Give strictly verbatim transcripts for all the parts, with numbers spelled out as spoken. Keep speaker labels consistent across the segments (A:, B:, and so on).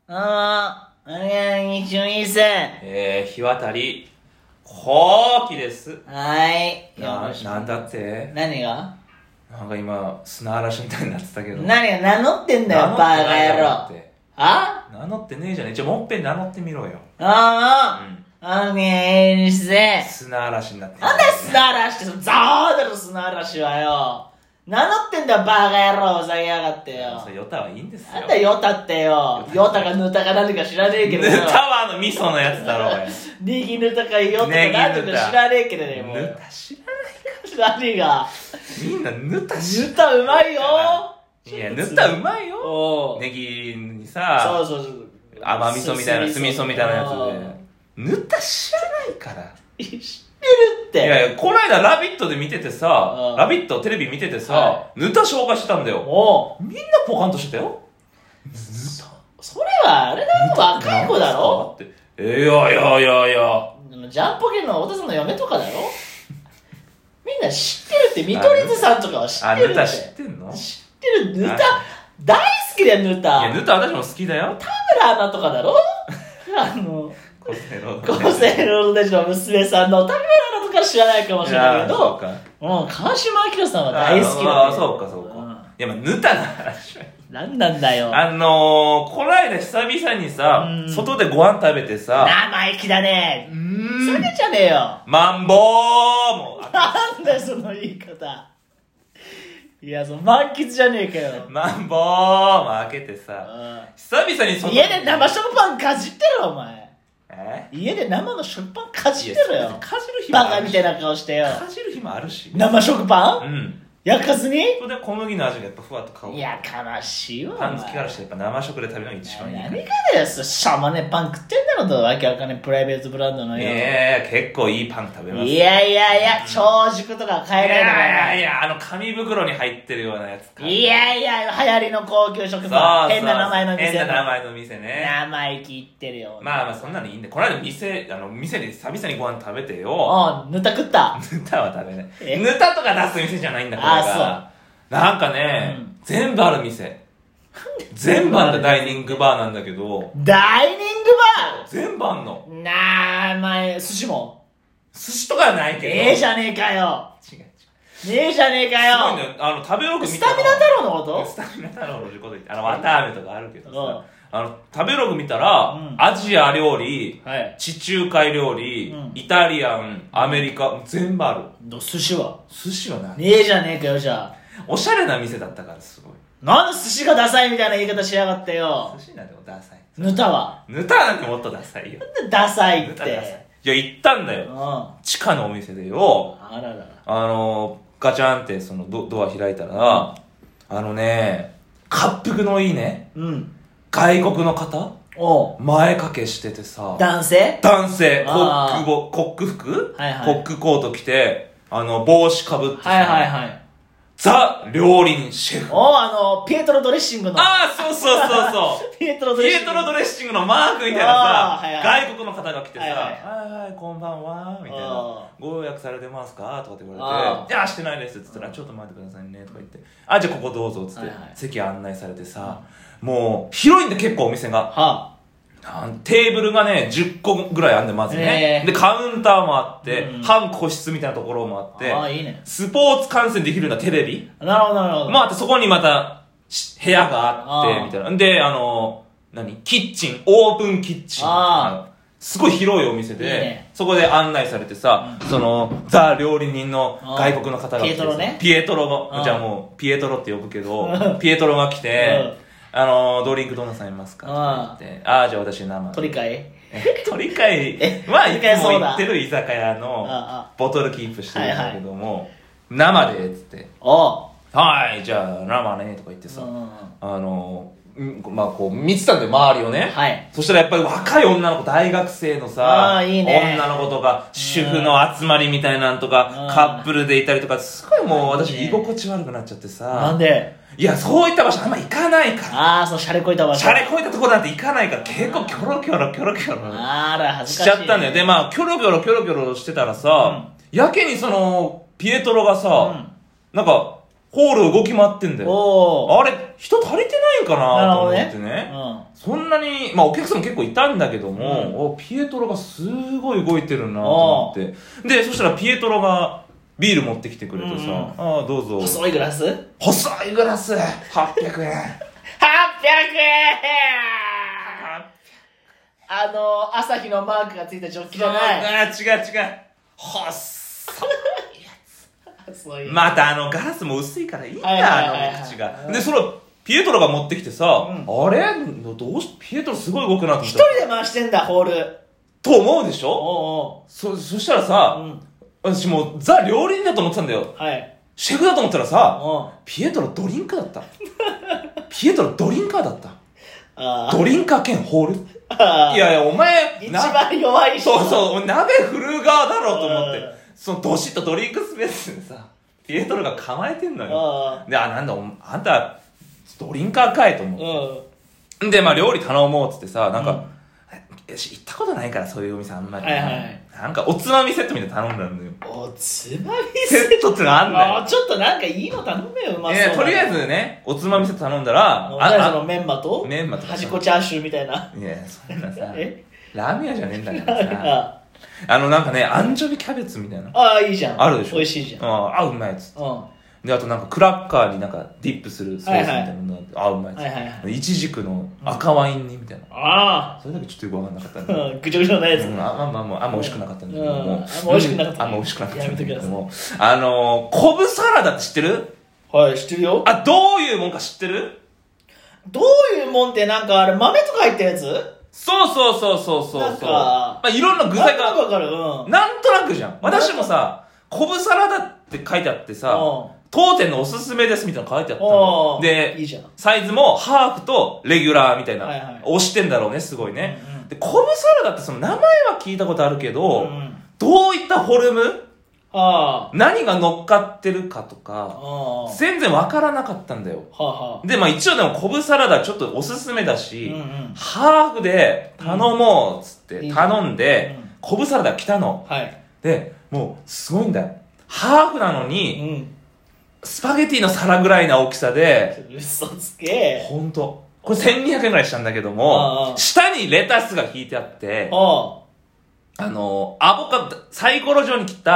A: ああ、あれ、一応いいせ。
B: えー、日渡り、後期です。
A: はい。
B: な、なんだって
A: 何が
B: なんか今、砂嵐みたいになってたけど。
A: 何が名乗ってんだよ、バカ野郎。あ
B: 名乗ってねえじゃねえ。じゃあもっぺん名乗ってみろよ。
A: ああ、うん。あのね、ええにして。
B: 砂嵐になってる。
A: なんだよ、砂嵐って、そのザーだろ、砂嵐はよ。名乗ってんだよ、バカ野郎、ふざけやがってよ。
B: それヨタはいいんですよ。
A: なんだよ、ヨタってよ。ヨタかヌタか何か知らねえけどよ。
B: ヌタはあの味噌のやつだろうよ。
A: ネギヌタかヨタか何か知らねえけどね、もう。
B: ヌタ知らないか。
A: 何が
B: みんなヌタ知らない。
A: ヌタうまいよ。
B: いや、ヌタうまいよ。ネギにさ、
A: そうそうそう。
B: 甘味噌みたいな、酢味噌みたいなやつで。ヌタ知らないから。
A: 知ってるって。
B: いやいや、この間ラビットで見ててさ、ラビットテレビ見ててさ、ヌタ紹介してたんだよ。みんなポカンとしてたよ。ヌタ。
A: それはあれだろ、若い子だろ
B: って。いやいやいやいや。
A: ジャンポケのお父さんの嫁とかだろみんな知ってるって、見取り図さんとかは知ってるって。
B: あ、ヌタ知ってんの？
A: 知ってる、ヌタ、大好きだよ、ヌタ。
B: いや、ヌタ私も好きだよ。
A: 田村アナとかだろあの、
B: 厚生労働
A: 厚生労働省の娘さんの田村アナとか知らないかもしれないけど、うん、川島明さんは大好きだよ。
B: ああ、そうかそうか。うん、いや、まあ、ヌタの話は。
A: なんなんだよ。
B: あのー、この間久々にさ、外でご飯食べてさ、
A: 生意気だね。うーん。それじゃねえよ。
B: マンボーも。
A: なんだよ、その言い方。いや、その満喫じゃねえかよ。
B: マンボーも開けてさ、久々に外で。
A: 家で生食パンかじってろ、お前。
B: え
A: 家で生の食パンかじってろよ。
B: かじる日もあるし。
A: バカみたいな顔してよ。
B: かじる日もあるし。
A: 生食パン
B: うん。
A: 焼かずに
B: それで小麦の味がやっぱふわっと香る。
A: いや、悲しいわ。
B: パン好きからしてやっぱ生食で食べるのが一番いい。
A: 何がだよ、しょうもねパン食ってんだろと、わけわかんないプライベートブランドのよ。
B: いやいや、結構いいパン食べます。
A: いやいやいや、長熟とか買えないのか
B: いやいや、あの紙袋に入ってるようなやつか。
A: いやいや、流行りの高級食パン。変な名前の店。
B: 変な名前の店ね。
A: 生意気言ってるよ。
B: まあまあ、そんなのいいんで。この間店、あの、店で久々にご飯食べてよ。
A: ああ、ぬた食った。
B: ぬたは食べない。ぬたとか出す店じゃないんだ、これが。あ、そう。なんかね、うん、全部ある店。全部あるダイニングバーなんだけど。
A: ダイニングバー
B: 全部あんの。
A: なあ、まあ、寿司も
B: 寿司とかはないけど。
A: ええじゃねえかよ。違う違う。ねえじゃねえかよ。
B: すごいね。あの、食べログ見
A: たら。スタミナ太郎のこと
B: スタミナ太郎のこと言って。あの、綿あめとかあるけどさ。あの、食べログ見たら、うん、アジア料理、はい、地中海料理、うん、イタリアン、アメリカ、全部ある。
A: 寿司は
B: 寿司はない。
A: ねえじゃねえかよ、じゃあ。
B: おしゃれな店だったからすごい。
A: なんで寿司がダサいみたいな言い方しやがってよ。
B: 寿司なんてもダサい。
A: ぬたは
B: ぬたなんてもっとダサいよ。
A: なんでダサいって。
B: ぬたダサい。いや、行ったんだよ。うん、地下のお店でよ。
A: あらら。
B: あの、ガチャンってその ド, ドア開いたら、うん、あのね、恰幅のいいね、うん、外国の方お前掛けしててさ。
A: 男性
B: 男性。コックボ、コック服、はいはい、コックコート着て、あの、帽子かぶってさ。
A: はいはいはい。
B: ザ料理人シェフ。
A: おあの、ピエトロドレッシングの。
B: ああ、そうそうそうそう。
A: ピエトロドレッシング。
B: ピエトロドレッシングのマークみたいなさ、はいはい、外国の方が来てさ、はいはい、はいはい、こんばんは、みたいな。ご予約されてますかとかって言われて、いや、してないですって言ったら、ちょっと待ってくださいね、とか言って、あ、じゃあここどうぞ、つって、はいはい、席案内されてさ、もう、広いんで結構お店が。はあテーブルがね、じゅっこぐらいあんで、まずね。で、カウンターもあって、うん、半個室みたいなところもあって、
A: ああ、いいね。
B: スポーツ観戦できるようなテレビ
A: なるほど、なるほど。
B: まあ、あって、そこにまた、部屋があって、みたいな。で、あの、何キッチン、オープンキッチン。あすごい広いお店で、いいね、そこで案内されてさ、うん、その、ザ料理人の外国の方が来て、
A: ピエトロね。
B: ピエトロの、じゃあもう、ピエトロって呼ぶけど、ピエトロが来て、あのー、ドリンクどんなさいますかって言って、ああ、じゃあ私生。
A: 鳥飼
B: 鳥飼は、いつも行ってる居酒屋の、ボトルキープしてるんだけども、生で、つって。はい、じゃあ生ね、とか言ってさ、あのー、まあこう、見てたんだよ、周りをね。はい。そしたらやっぱり若い女の子、大学生のさ、いいね、女の子とか、主婦の集まりみたいなんとか、カップルでいたりとか、すごいもう私居心地悪くなっちゃってさ。
A: なんで
B: いや、そういった場所あんま行かないから。
A: ああ、そう、シャレこいた場所。
B: シャレこいたとこなんて行かないから、結構キョロキョロキョロキョロ。
A: あら、恥ずかしい、ね。
B: しちゃったんだよ。で、まあ、キョロキョロキョロキョロしてたらさ、うん、やけにその、ピエトロがさ、うん、なんか、 ホール動き回ってんだよ。あれ、人足りてないんかなと思ってね。ねうん、そんなに、まあお客さんも結構いたんだけども、うん、ピエトロがすごい動いてるなと思って。で、そしたらピエトロがビール持ってきてくれてさ、うん、ああ、どうぞ。
A: 細いグラス
B: 細いグラスはっぴゃくえん。はっぴゃくえん
A: あの、朝日のマークがついたジョッキじゃない。
B: ああ、違う違う。細いやつ。細い。またあの、ガラスも薄いからいいんだ、あの口が。で、その、ピエトロが持ってきてさ、うん、あれどうし、ピエトロすごい動くなと思った。
A: 一人で回してんだ、ホール。
B: と思うでしょおうおうそ、そしたらさ、うん、私もうザ料理人だと思ってたんだよ。はい。シェフだと思ったらさ、ピエトロドリンクだった。ピエトロドリンカーだった。あドリンカー兼ホールいやいや、お前、
A: 一番弱い
B: 人。そうそう、鍋振る側だろうと思って。そのドシッとドリンクスペースでさ、ピエトロが構えてんのよ。で、あ、なんだ、あんた、ドリンカーかいと思って。で、まあ料理頼もうっつってさ、なんか、うんよし、行ったことないからそういうお店あんまり、はいはい、なんかおつまみセットみたいな頼んだんだよ。
A: おつまみセット
B: ってのあんだよ。
A: ちょっとなんかいいの頼めよ、うまそう。
B: えー、とりあえずね、おつまみセット頼んだら、
A: ああのメンマと
B: メンマと
A: 端っこチャーシューみたいな。
B: いや、そんなさ、ラーメン屋じゃねえんだからさ。あのなんかね、アンチョビキャベツみたいな。
A: ああ、いいじゃん。
B: あるでしょ。
A: 美味しいじゃん。
B: ああ、うまいやつ。うん。で、あとなんかクラッカーになんかディップするソースみたいなのがあって、はいはい、あ、うまいやつ。はいはいはい。イチジクの赤ワイン煮みたいな。ああ。それだけちょっとよくわかんなかったんだけど。
A: ぐちょぐちょないやつ。
B: うん、あんまあんまあんま美味しくなかったんだけども。あんま
A: 美味しくなかった。
B: あんま美味しくなかったんだけども。あのー、コブサラダって知ってる？
A: はい、知ってるよ。
B: あ、どういうもんか知ってる？
A: どういうもんってなんかあれ豆とか入ったやつ？
B: そうそうそうそうそう。なんか、まあ、いろんな具材が。
A: なんとなくわかる。うん。
B: なんとなくじゃん。私もさ、コブサラダって書いてあってさ、当店のおすすめですみたいなの書いてあったの。で、いいじゃん。サイズもハーフとレギュラーみたいな。はいはい、押してんだろうね、すごいね。うんうん、で、コブサラダってその名前は聞いたことあるけど、うんうん、どういったフォルムはあ、何が乗っかってるかとか、全然わからなかったんだよ。はあ、で、まあ一応でもコブサラダちょっとおすすめだし、うんうん、ハーフで頼もうっつって頼んで、うん、コブサラダ来たの。はい、で、もうすごいんだよ。ハーフなのに、うん、スパゲティの皿ぐらいな大きさで、
A: 嘘つけ。
B: ほんと。これせんにひゃくえんぐらいしたんだけども、下にレタスが引いてあって、ああの、アボカド、サイコロ状に切った、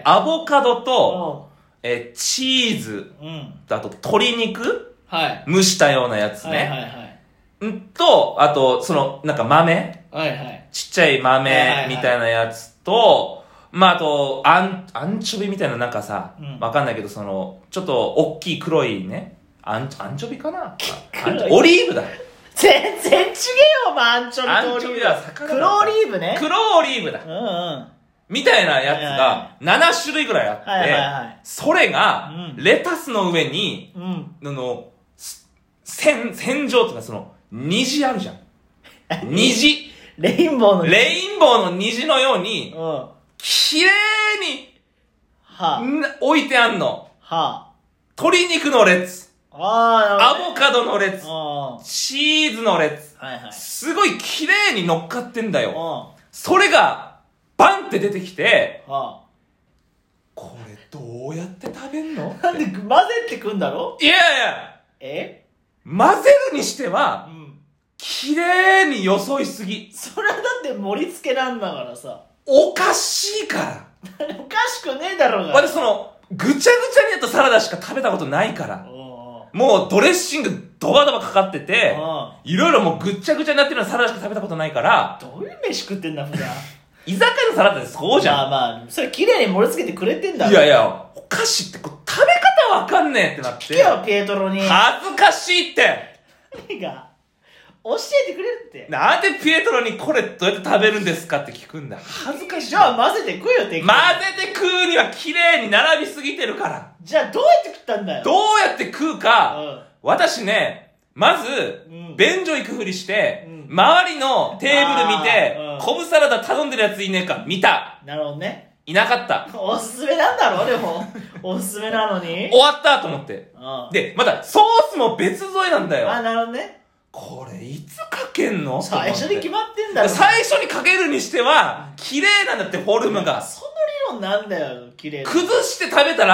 B: アボカドと、え、チーズ、うん、あと鶏肉、はい、蒸したようなやつね。はいはいはい、んと、あと、その、なんか豆、はいはい、ちっちゃい豆みたいなやつと、はいはいはい、まあ、あと、アン、アンチョビみたいななんかさ、うん、わかんないけど、その、ちょっと、大きい黒いね、アン、アンチョビかなオリーブだ。
A: 全然違えよ、お前、アンチョビとオリーブ。アンチョビは魚だ。黒オリーブね。
B: 黒オリーブだ。うんうん。みたいなやつが、なな種類ぐらいあって、はいはいはい、それが、レタスの上に、うん、あの、線、線状とか、その、虹あるじゃん。虹。
A: レインボーの
B: 虹。レインボーの虹のように、うん、綺麗に、はあ、置いてあんの。はあ、鶏肉の列。ああ、アボカドの列。チーズの列。はいはい、すごい綺麗に乗っかってんだよ。それが、バンって出てきて、はあ、これどうやって食べんの？
A: なんで混ぜてくんだろ？
B: いやいや。え？混ぜるにしては、うん、綺麗によそいすぎ。
A: それはだって盛り付けなんだからさ。
B: おかしいから。
A: おかしくねえだろうが。
B: 私その、ぐちゃぐちゃにやったサラダしか食べたことないから。もうドレッシングドバドバかかってて、いろいろもうぐっちゃぐちゃになってるようなサラダしか食べたことないから。
A: どういう飯食ってんだ、普段。
B: 居酒屋のサラダってそうじゃん。
A: まあまあ、それ綺麗に盛り付けてくれてんだろ。
B: いやいや、お菓子ってこう食べ方わかんねえってなって。
A: 聞けよ、ピエトロに。
B: 恥ずかしいって。
A: 何が教えてくれるって。
B: なんでピエトロにこれどうやって食べるんですかって聞くんだ。恥ずかしい。
A: じゃあ混ぜて食うよ、適当に。
B: 混ぜて食うには綺麗に並びすぎてるから。
A: じゃあどうやって食ったんだよ。
B: どうやって食うか、うん、私ね、まず、うん、便所行くふりして、うん、周りのテーブル見て、うん、コブサラダ頼んでるやついねえか見た。
A: なるほどね。
B: いなかった。
A: おすすめなんだろでも。おすすめなのに。
B: 終わったと思って。うん、で、またソースも別添えなんだよ。
A: あ、なるほどね。
B: これいつかけんの？
A: 最初に決まってんだろ。
B: 最初にかけるにしては、綺麗なんだって、フォルムが。
A: その理論なんだよ、綺麗。
B: 崩して食べたら、うん、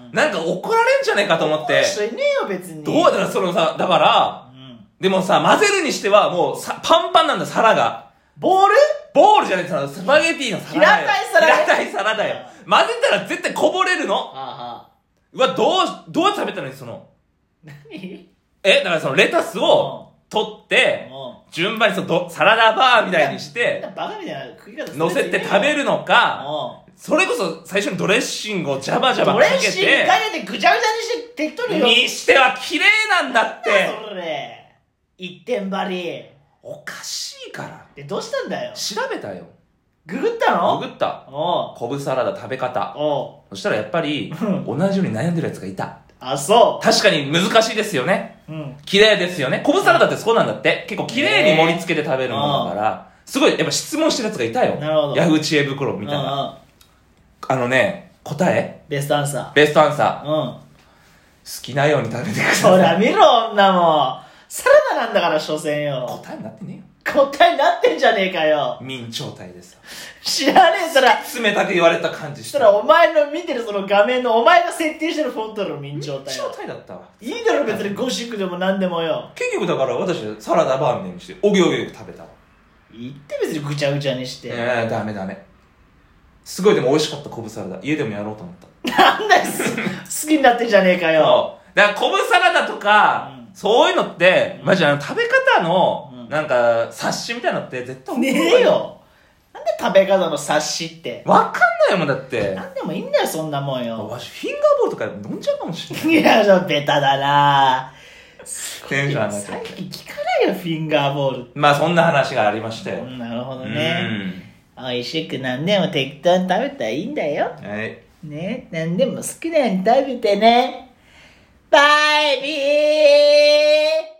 B: うん、なんか怒られんじゃねえかと思って。
A: 人いねえよ別に。
B: どうだからそのさ、だから、うん、でもさ、混ぜるにしてはもうさ、パンパンなんだ、皿が。
A: ボール
B: ボールじゃないですか、スパゲティの皿だよ。
A: 平たい皿
B: 平たい皿だよ。混ぜたら絶対こぼれるの。はあはあ、うわ、どう、どうやって食べたのにその。
A: 何
B: え、だからそのレタスを取って、順番にそのサラダバーみたいにして、
A: バカみたいな食い方
B: 乗せて食べるのか、それこそ最初にドレッシングをジャバジャバかけて、ドレッシングか
A: けてぐちゃぐちゃにして適当によ。
B: にしては綺麗なんだって。
A: それ。一点張り。
B: おかしいから。
A: で、どうしたんだよ。
B: 調べたよ。
A: ググったの？
B: ググった。昆布サラダ食べ方。そしたらやっぱり、同じように悩んでるやつがいた。
A: あ、そう。
B: 確かに難しいですよね。うん。綺麗ですよね。昆布サラダってそうなんだって。結構綺麗に盛り付けて食べるものだから、すごいやっぱ質問してるやつがいたよ。
A: なるほど。
B: ヤフー知恵袋みたいな。あのね、答え
A: ベストアンサー。
B: ベストアンサー。うん。好きなように食べてください。
A: ほら見ろ、女も。サラダなんだから、所詮よ。
B: 答えになってねえよ。
A: 答えになってんじゃねえかよ。
B: 明朝体ですよ。
A: 知らねえ、そら。
B: 冷たく言われた感じした。
A: そら、お前の見てるその画面の、お前が設定してるフォントの明朝体。
B: 明朝体だったわ。
A: いいだろ、別にゴシックでも何でもよ。
B: 結局だから私、サラダバーみたいにして、おぎおぎ食べたわ。
A: 言って別にぐちゃぐちゃにして。
B: ええー、ダメダメ。すごいでも美味しかった昆布サラダ。家でもやろうと思った。
A: なんだよ、好きになってんじゃねえかよ。
B: そう。だから昆布サラダとか、うん、そういうのって、うん、マジあの食べ方の、うん、なんか、冊子みたいなのって絶対
A: ねえよ。なんで食べ方の冊子って。
B: わかんないもんだって。
A: なんでもいいんだよ、そんなもんよ。
B: わし、フィンガーボールとか飲んじゃうかもしれない。
A: いや、そう、ベタだなぁ。
B: テンション上がって。
A: 最近聞かないよ、フィンガーボール。
B: まあ、そんな話がありましたよ。
A: なるほどね。おいしく何でも適当に食べたらいいんだよ。
B: はい。
A: ね、何でも好きなように食べてね。バイビー。